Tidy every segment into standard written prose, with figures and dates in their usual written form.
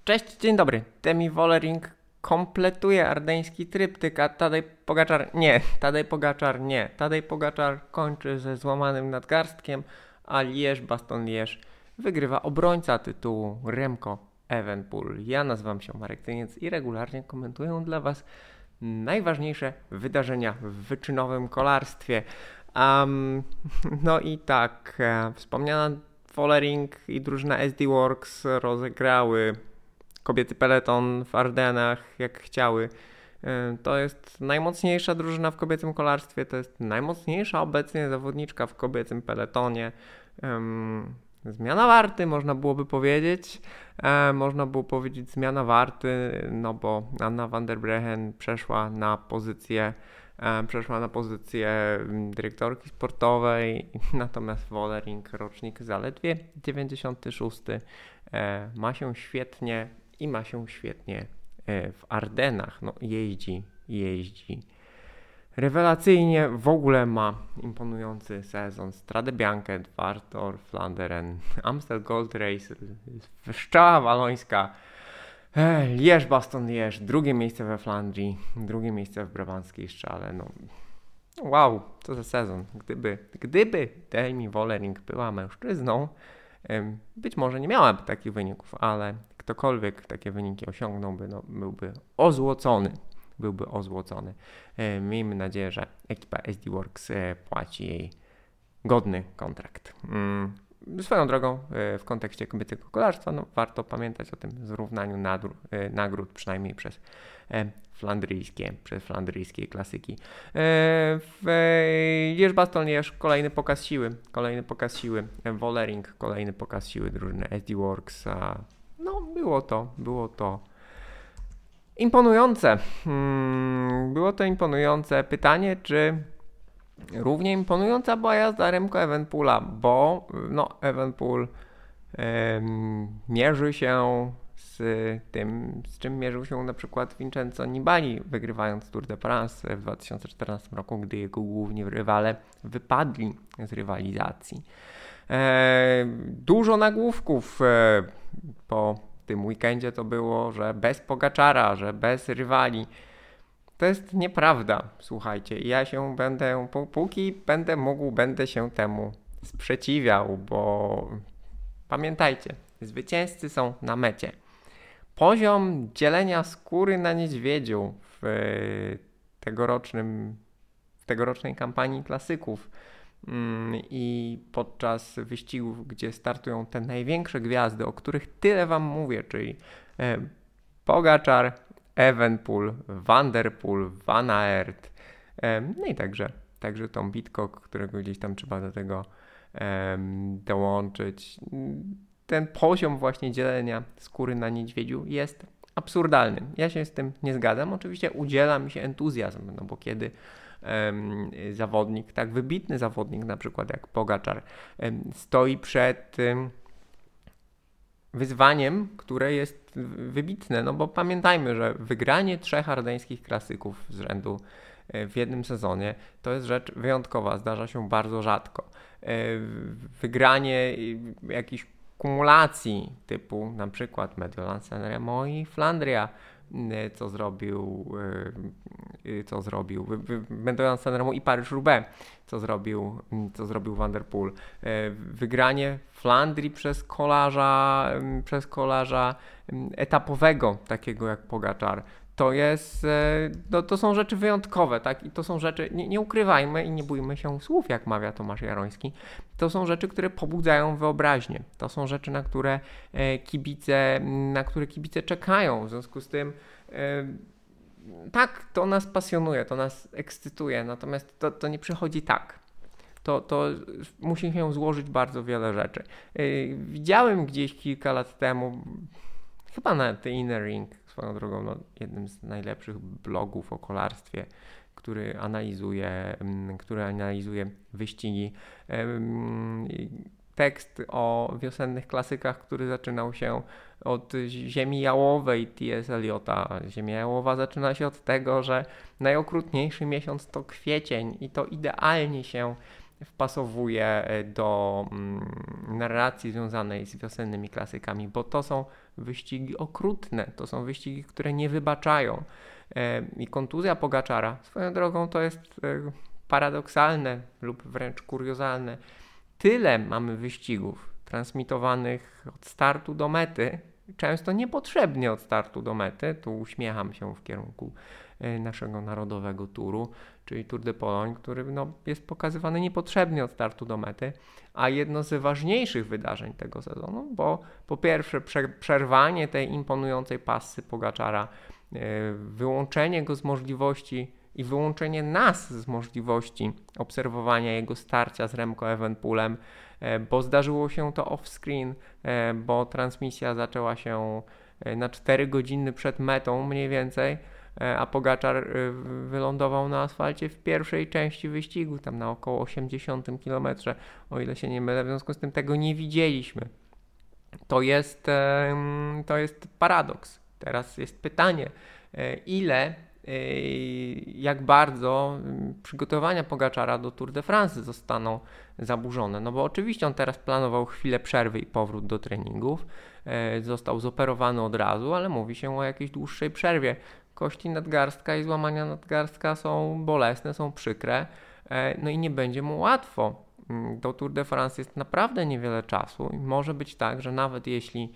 Cześć, dzień dobry. Demi Wollering kompletuje ardeński tryptyk, a Tadej Pogaczar nie. Tadej Pogaczar kończy ze złamanym nadgarstkiem, a Liège-Bastogne-Liège wygrywa obrońca tytułu Remco Evenepoel. Ja nazywam się Marek Tyniec i regularnie komentuję dla Was najważniejsze wydarzenia w wyczynowym kolarstwie. No i tak, wspomniana Wollering i drużyna SD Works rozegrały kobiety peleton w Ardenach jak chciały. To jest najmocniejsza drużyna w kobiecym kolarstwie, to jest najmocniejsza obecnie zawodniczka w kobiecym peletonie. Zmiana warty, można byłoby powiedzieć. Można było powiedzieć zmiana warty, no bo Anna van der Breggen przeszła na pozycję dyrektorki sportowej, natomiast Wollering, rocznik zaledwie 96, ma się świetnie w Ardenach. No, jeździ. Rewelacyjnie, w ogóle ma imponujący sezon. Strade Bianche, Dwartor, Flanderen, Amstel Gold Race, Szczała Walońska, Liège-Bastogne-Liège, drugie miejsce we Flandrii, drugie miejsce w brabanckiej Strzale. No, wow, co za sezon. Gdyby Demi Wollering była mężczyzną, być może nie miałaby takich wyników, ale ktokolwiek takie wyniki osiągnąłby, no, byłby ozłocony. Miejmy nadzieję, że ekipa SD Works płaci jej godny kontrakt. Swoją drogą, w kontekście kobiecego kolarstwa, no, warto pamiętać o tym zrównaniu nagród, przynajmniej przez flandryjskie klasyki. W Liège-Bastogne-Liège kolejny pokaz siły. Wollering, kolejny pokaz siły drużyny SD Works. No, było to imponujące. Pytanie, czy równie imponująca była jazda Remco Evenepoela, bo no, Evenepoel mierzy się z tym, z czym mierzył się na przykład Vincenzo Nibali, wygrywając Tour de France w 2014 roku, gdy jego główni rywale wypadli z rywalizacji. Dużo nagłówków po tym weekendzie to było, że bez Pogaczara, że bez rywali. To jest nieprawda, słuchajcie. Ja się póki będę mógł, będę się temu sprzeciwiał, bo pamiętajcie, zwycięzcy są na mecie. Poziom dzielenia skóry na niedźwiedziu w tegorocznej kampanii klasyków i podczas wyścigów, gdzie startują te największe gwiazdy, o których tyle wam mówię, czyli Pogaczar, Evenepoel, Van der Poel, Van Aert, no i także Tom Pidcock, którego gdzieś tam trzeba do tego dołączyć. Ten poziom właśnie dzielenia skóry na niedźwiedziu jest absurdalny. Ja się z tym nie zgadzam. Oczywiście udziela mi się entuzjazm, no bo kiedy zawodnik, tak wybitny zawodnik na przykład jak Pogaczar stoi przed wyzwaniem, które jest wybitne, no bo pamiętajmy, że wygranie 3 ardeńskich klasyków z rzędu w jednym sezonie to jest rzecz wyjątkowa, zdarza się bardzo rzadko. Wygranie jakichś kumulacji typu na przykład Mediolan-San Remo i Flandria, co zrobił Mediolan-San Remo i Paryż-Roubaix, co zrobił Van der Poel. Wygranie Flandrii przez kolarza etapowego, takiego jak Pogaczar. To są rzeczy wyjątkowe, tak? I to są rzeczy, nie ukrywajmy i nie bójmy się słów, jak mawia Tomasz Jaroński. To są rzeczy, które pobudzają wyobraźnię. To są rzeczy, na które kibice czekają. W związku z tym tak, to nas pasjonuje, to nas ekscytuje, natomiast to nie przychodzi tak. To musi się złożyć bardzo wiele rzeczy. Widziałem gdzieś kilka lat temu, chyba na The Inner Ring, swoją drogą, no, jednym z najlepszych blogów o kolarstwie, który analizuje wyścigi. Tekst o wiosennych klasykach, który zaczynał się od ziemi jałowej T.S. Eliota. Ziemia jałowa zaczyna się od tego, że najokrutniejszy miesiąc to kwiecień i to idealnie się wpasowuje do narracji związanej z wiosennymi klasykami, bo to są wyścigi okrutne, to są wyścigi, które nie wybaczają. I kontuzja Pogaczara, swoją drogą to jest paradoksalne lub wręcz kuriozalne. Tyle mamy wyścigów transmitowanych od startu do mety, często niepotrzebnie od startu do mety, tu uśmiecham się w kierunku naszego narodowego turu, czyli Tour de Pologne, który jest pokazywany niepotrzebnie od startu do mety, a jedno z ważniejszych wydarzeń tego sezonu, bo po pierwsze przerwanie tej imponującej passy Pogaczara, wyłączenie go z możliwości i wyłączenie nas z możliwości obserwowania jego starcia z Remco Evenepoelem, bo zdarzyło się to off-screen, bo transmisja zaczęła się na 4 godziny przed metą mniej więcej, a Pogaczar wylądował na asfalcie w pierwszej części wyścigu, tam na około 80 km, o ile się nie mylę, w związku z tym tego nie widzieliśmy. To jest paradoks. Teraz jest pytanie, jak bardzo przygotowania Pogaczara do Tour de France zostaną zaburzone. No bo oczywiście on teraz planował chwilę przerwy i powrót do treningów. Został zoperowany od razu, ale mówi się o jakiejś dłuższej przerwie. Kości nadgarstka i złamania nadgarstka są bolesne, są przykre. No i nie będzie mu łatwo. Do Tour de France jest naprawdę niewiele czasu i może być tak, że nawet jeśli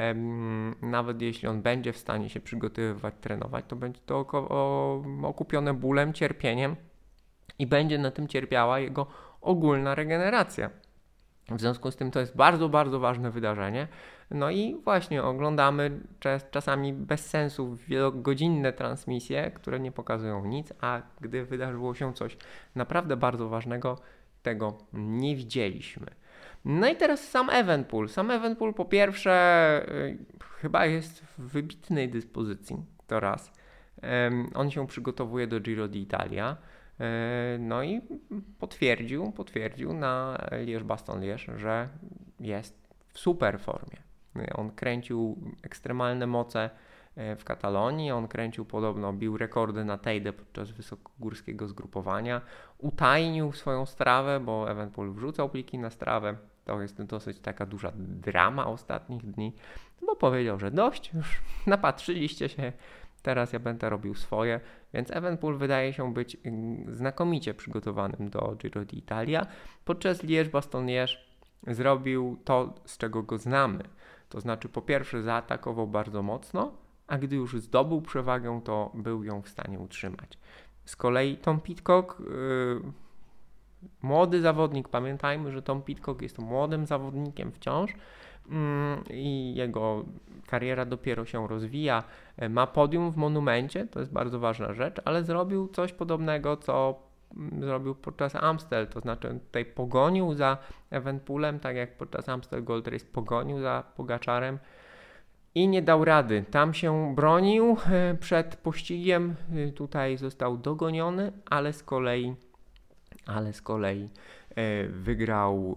on będzie w stanie się przygotowywać, trenować, to będzie to okupione bólem, cierpieniem i będzie na tym cierpiała jego ogólna regeneracja. W związku z tym to jest bardzo, bardzo ważne wydarzenie. No i właśnie oglądamy czasami bez sensu wielogodzinne transmisje, które nie pokazują nic, a gdy wydarzyło się coś naprawdę bardzo ważnego, tego nie widzieliśmy. No i teraz sam Evenepoel. Sam Evenepoel po pierwsze chyba jest w wybitnej dyspozycji, to raz. On się przygotowuje do Giro d'Italia. No i potwierdził na Liège-Bastogne-Liège, że jest w super formie. On kręcił ekstremalne moce w Katalonii, on bił rekordy na Teide podczas wysokogórskiego zgrupowania, utajnił swoją strawę, bo Evenepoel wrzucał pliki na strawę. To jest dosyć taka duża drama ostatnich dni, bo powiedział, że dość, już napatrzyliście się, teraz ja będę robił swoje, więc Evenepoel wydaje się być znakomicie przygotowanym do Giro d'Italia. Podczas Liège-Bastogne-Liège zrobił to, z czego go znamy. To znaczy po pierwsze zaatakował bardzo mocno, a gdy już zdobył przewagę, to był ją w stanie utrzymać. Z kolei Tom Pidcock, młody zawodnik, pamiętajmy, że Tom Pidcock jest młodym zawodnikiem wciąż i jego kariera dopiero się rozwija. Ma podium w Monumencie, to jest bardzo ważna rzecz, ale zrobił coś podobnego, co zrobił podczas Amstel, to znaczy tutaj pogonił za Evenepoelem, tak jak podczas Amstel Gold Race pogonił za Pogaczarem i nie dał rady. Tam się bronił przed pościgiem, tutaj został dogoniony, ale z kolei wygrał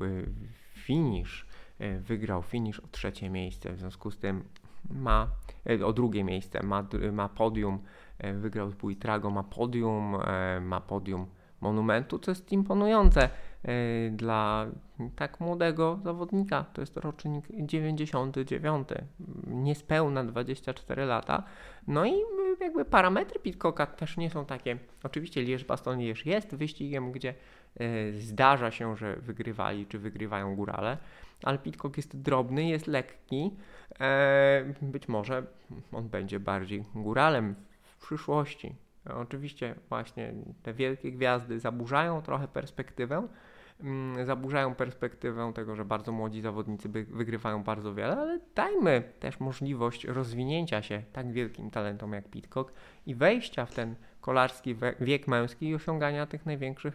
finisz o 3. miejsce, w związku z tym o 2. miejsce, ma podium, wygrał z Buitrago, ma podium Monumentu, co jest imponujące dla tak młodego zawodnika. To jest rocznik 99, niespełna 24 lata. No i jakby parametry Pidcocka też nie są takie. Oczywiście Liège-Bastogne-Liège jest wyścigiem, gdzie zdarza się, że wygrywają górale, ale Pidcock jest drobny, jest lekki. Być może on będzie bardziej góralem w przyszłości. Oczywiście właśnie te wielkie gwiazdy zaburzają trochę perspektywę, tego, że bardzo młodzi zawodnicy wygrywają bardzo wiele, ale dajmy też możliwość rozwinięcia się tak wielkim talentom jak Pidcock i wejścia w ten kolarski wiek męski i osiągania tych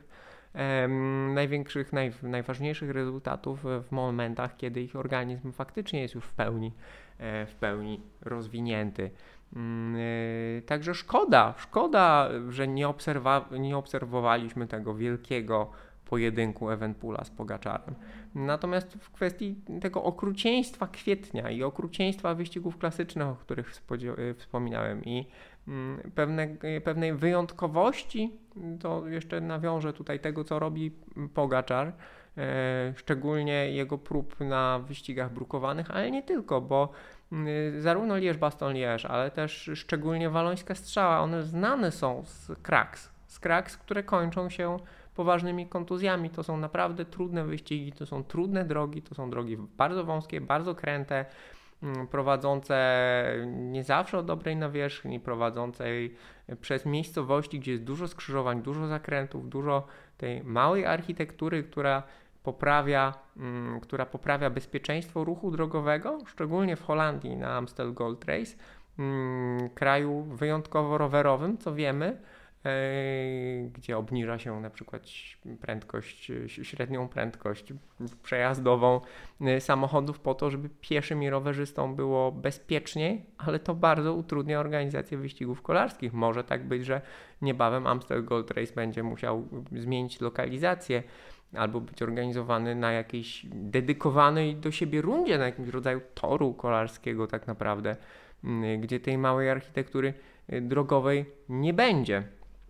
najważniejszych rezultatów w momentach, kiedy ich organizm faktycznie jest już w pełni rozwinięty. Także szkoda, że nie obserwowaliśmy tego wielkiego pojedynku Evenepoela z Pogaczarem. Natomiast w kwestii tego okrucieństwa kwietnia i okrucieństwa wyścigów klasycznych, o których wspominałem, i pewnej wyjątkowości, to jeszcze nawiążę tutaj tego, co robi Pogaczar, szczególnie jego prób na wyścigach brukowanych, ale nie tylko, bo zarówno Liège-Bastogne-Liège, ale też szczególnie Walońska Strzała, one znane są z kraks, które kończą się poważnymi kontuzjami. To są naprawdę trudne wyścigi, to są trudne drogi, to są drogi bardzo wąskie, bardzo kręte, prowadzące nie zawsze o dobrej nawierzchni, prowadzącej przez miejscowości, gdzie jest dużo skrzyżowań, dużo zakrętów, dużo tej małej architektury, która poprawia bezpieczeństwo ruchu drogowego, szczególnie w Holandii na Amstel Gold Race, kraju wyjątkowo rowerowym, co wiemy, gdzie obniża się na przykład średnią prędkość przejazdową samochodów po to, żeby pieszym i rowerzystom było bezpieczniej, ale to bardzo utrudnia organizację wyścigów kolarskich. Może tak być, że niebawem Amstel Gold Race będzie musiał zmienić lokalizację albo być organizowany na jakiejś dedykowanej do siebie rundzie, na jakimś rodzaju toru kolarskiego tak naprawdę, gdzie tej małej architektury drogowej nie będzie.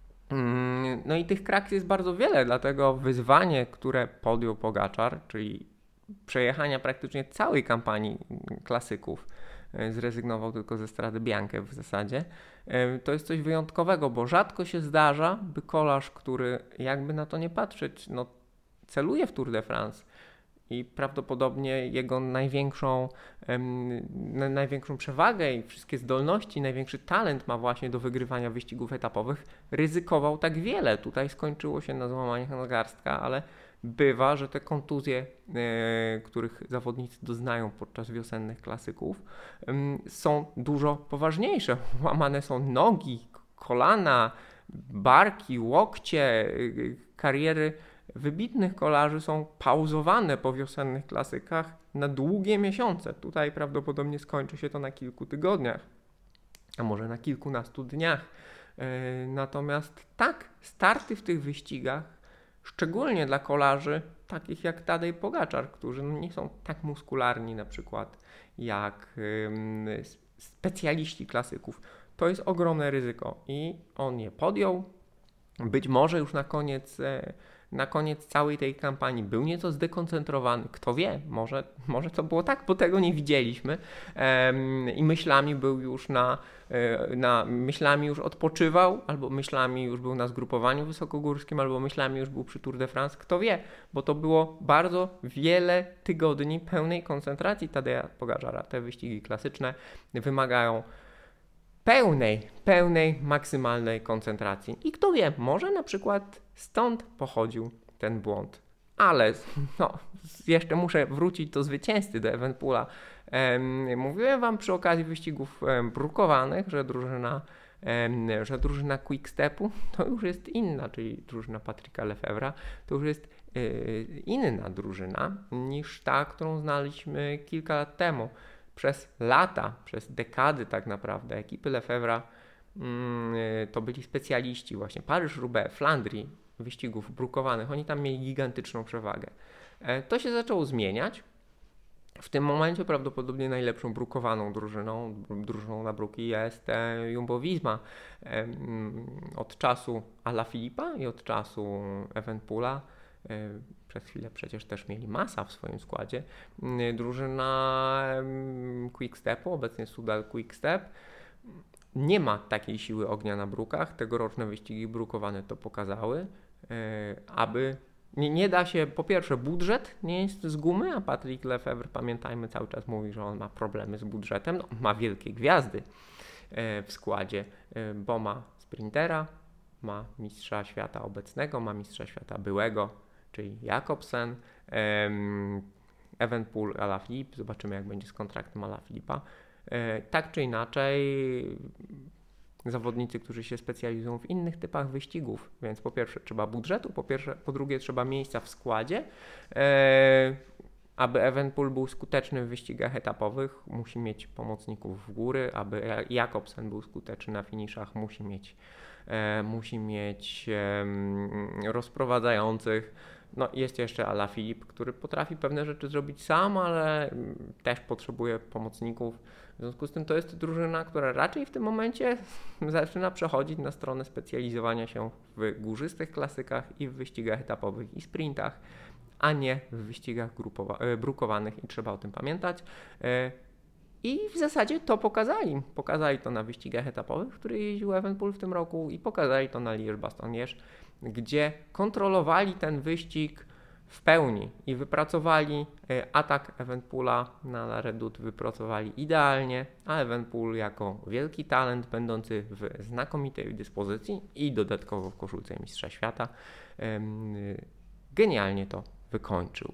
No i tych kraks jest bardzo wiele, dlatego wyzwanie, które podjął Pogaczar, czyli przejechania praktycznie całej kampanii klasyków, zrezygnował tylko ze Strady Bianche w zasadzie, to jest coś wyjątkowego, bo rzadko się zdarza, by kolarz, który jakby na to nie patrzeć, no celuje w Tour de France i prawdopodobnie jego największą przewagę i wszystkie zdolności, największy talent ma właśnie do wygrywania wyścigów etapowych, ryzykował tak wiele. Tutaj skończyło się na złamaniach nadgarstka, ale bywa, że te kontuzje, których zawodnicy doznają podczas wiosennych klasyków, są dużo poważniejsze. Łamane są nogi, kolana, barki, łokcie, kariery wybitnych kolarzy są pauzowane po wiosennych klasykach na długie miesiące. Tutaj prawdopodobnie skończy się to na kilku tygodniach, a może na kilkunastu dniach. Natomiast tak, starty w tych wyścigach, szczególnie dla kolarzy takich jak Tadej Pogaczar, którzy nie są tak muskularni na przykład jak specjaliści klasyków, to jest ogromne ryzyko i on je podjął. Być może już na koniec całej tej kampanii był nieco zdekoncentrowany. Kto wie, może to było tak, bo tego nie widzieliśmy i myślami był już myślami już odpoczywał, albo myślami już był na zgrupowaniu wysokogórskim, albo myślami już był przy Tour de France. Kto wie, bo to było bardzo wiele tygodni pełnej koncentracji Tadeja Pogaczara. Te wyścigi klasyczne wymagają pełnej, maksymalnej koncentracji. I kto wie, może na przykład stąd pochodził ten błąd. Ale jeszcze muszę wrócić do zwycięzcy, do Evenepoela. Mówiłem wam przy okazji wyścigów brukowanych, że drużyna Quick-Stepu to już jest inna, czyli drużyna Patricka Lefevra, to już jest inna drużyna niż ta, którą znaliśmy kilka lat temu. Przez lata, przez dekady tak naprawdę ekipy Lefevra to byli specjaliści właśnie Paryż-Roubaix, Flandrii, wyścigów brukowanych. Oni tam mieli gigantyczną przewagę. To się zaczęło zmieniać. W tym momencie prawdopodobnie najlepszą brukowaną drużyną na bruki jest Jumbo-Visma. Od czasu Alaphilippa i od czasu Evenepoela, przez chwilę przecież też mieli Massa w swoim składzie, drużyna Quick-Stepu, obecnie Soudal Quick-Step, nie ma takiej siły ognia na brukach. Tegoroczne wyścigi brukowane to pokazały. Nie da się, po pierwsze budżet nie jest z gumy, a Patrick Lefevre, pamiętajmy, cały czas mówi, że on ma problemy z budżetem. Ma wielkie gwiazdy w składzie, bo ma sprintera, ma mistrza świata obecnego, ma mistrza świata byłego, czyli Jakobsen, Evenepoel, Alaphilippe. Zobaczymy, jak będzie z kontraktem Alaphilippa. Tak czy inaczej, zawodnicy, którzy się specjalizują w innych typach wyścigów, więc po pierwsze trzeba budżetu, po drugie trzeba miejsca w składzie. Aby Evenepoel był skuteczny w wyścigach etapowych, musi mieć pomocników w góry, aby Jakobsen był skuteczny na finiszach, musi mieć rozprowadzających. No jest jeszcze Alaphilippe, który potrafi pewne rzeczy zrobić sam, ale też potrzebuje pomocników. W związku z tym to jest drużyna, która raczej w tym momencie zaczyna przechodzić na stronę specjalizowania się w górzystych klasykach i w wyścigach etapowych i sprintach, a nie w wyścigach brukowanych i trzeba o tym pamiętać. I w zasadzie to pokazali. Pokazali to na wyścigach etapowych, w których jeździł Evenepoel w tym roku i pokazali to na Liège-Bastogne-Liège, gdzie kontrolowali ten wyścig w pełni i wypracowali atak Evenepoela na La Redoute, wypracowali idealnie, a Evenepoel jako wielki talent będący w znakomitej dyspozycji i dodatkowo w koszulce mistrza świata genialnie to wykończył.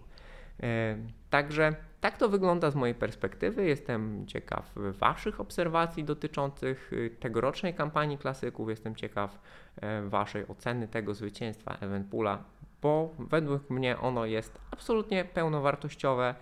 Także tak to wygląda z mojej perspektywy. Jestem ciekaw Waszych obserwacji dotyczących tegorocznej kampanii klasyków. Jestem ciekaw Waszej oceny tego zwycięstwa Evenepoela, bo według mnie ono jest absolutnie pełnowartościowe,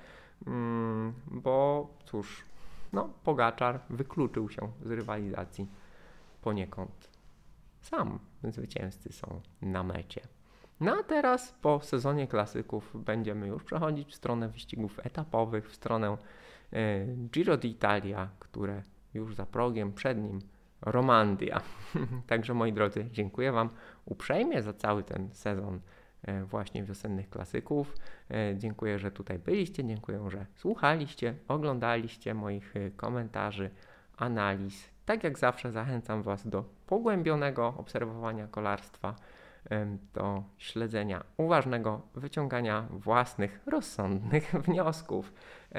bo cóż, no Pogačar wykluczył się z rywalizacji poniekąd sam. Zwycięzcy są na mecie. No a teraz po sezonie klasyków będziemy już przechodzić w stronę wyścigów etapowych, w stronę Giro d'Italia, które już za progiem, przed nim Romandia. Także moi drodzy, dziękuję Wam uprzejmie za cały ten sezon właśnie wiosennych klasyków. Dziękuję, że tutaj byliście, dziękuję, że słuchaliście, oglądaliście moich komentarzy, analiz. Tak jak zawsze zachęcam Was do pogłębionego obserwowania kolarstwa, do śledzenia uważnego, wyciągania własnych, rozsądnych wniosków.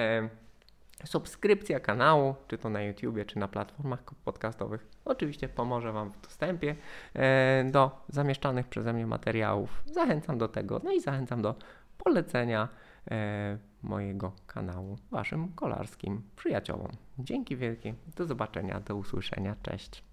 Subskrypcja kanału, czy to na YouTubie, czy na platformach podcastowych, oczywiście pomoże Wam w dostępie do zamieszczanych przeze mnie materiałów. Zachęcam do tego, no i zachęcam do polecenia mojego kanału Waszym kolarskim przyjaciołom. Dzięki wielkie, do zobaczenia, do usłyszenia, cześć.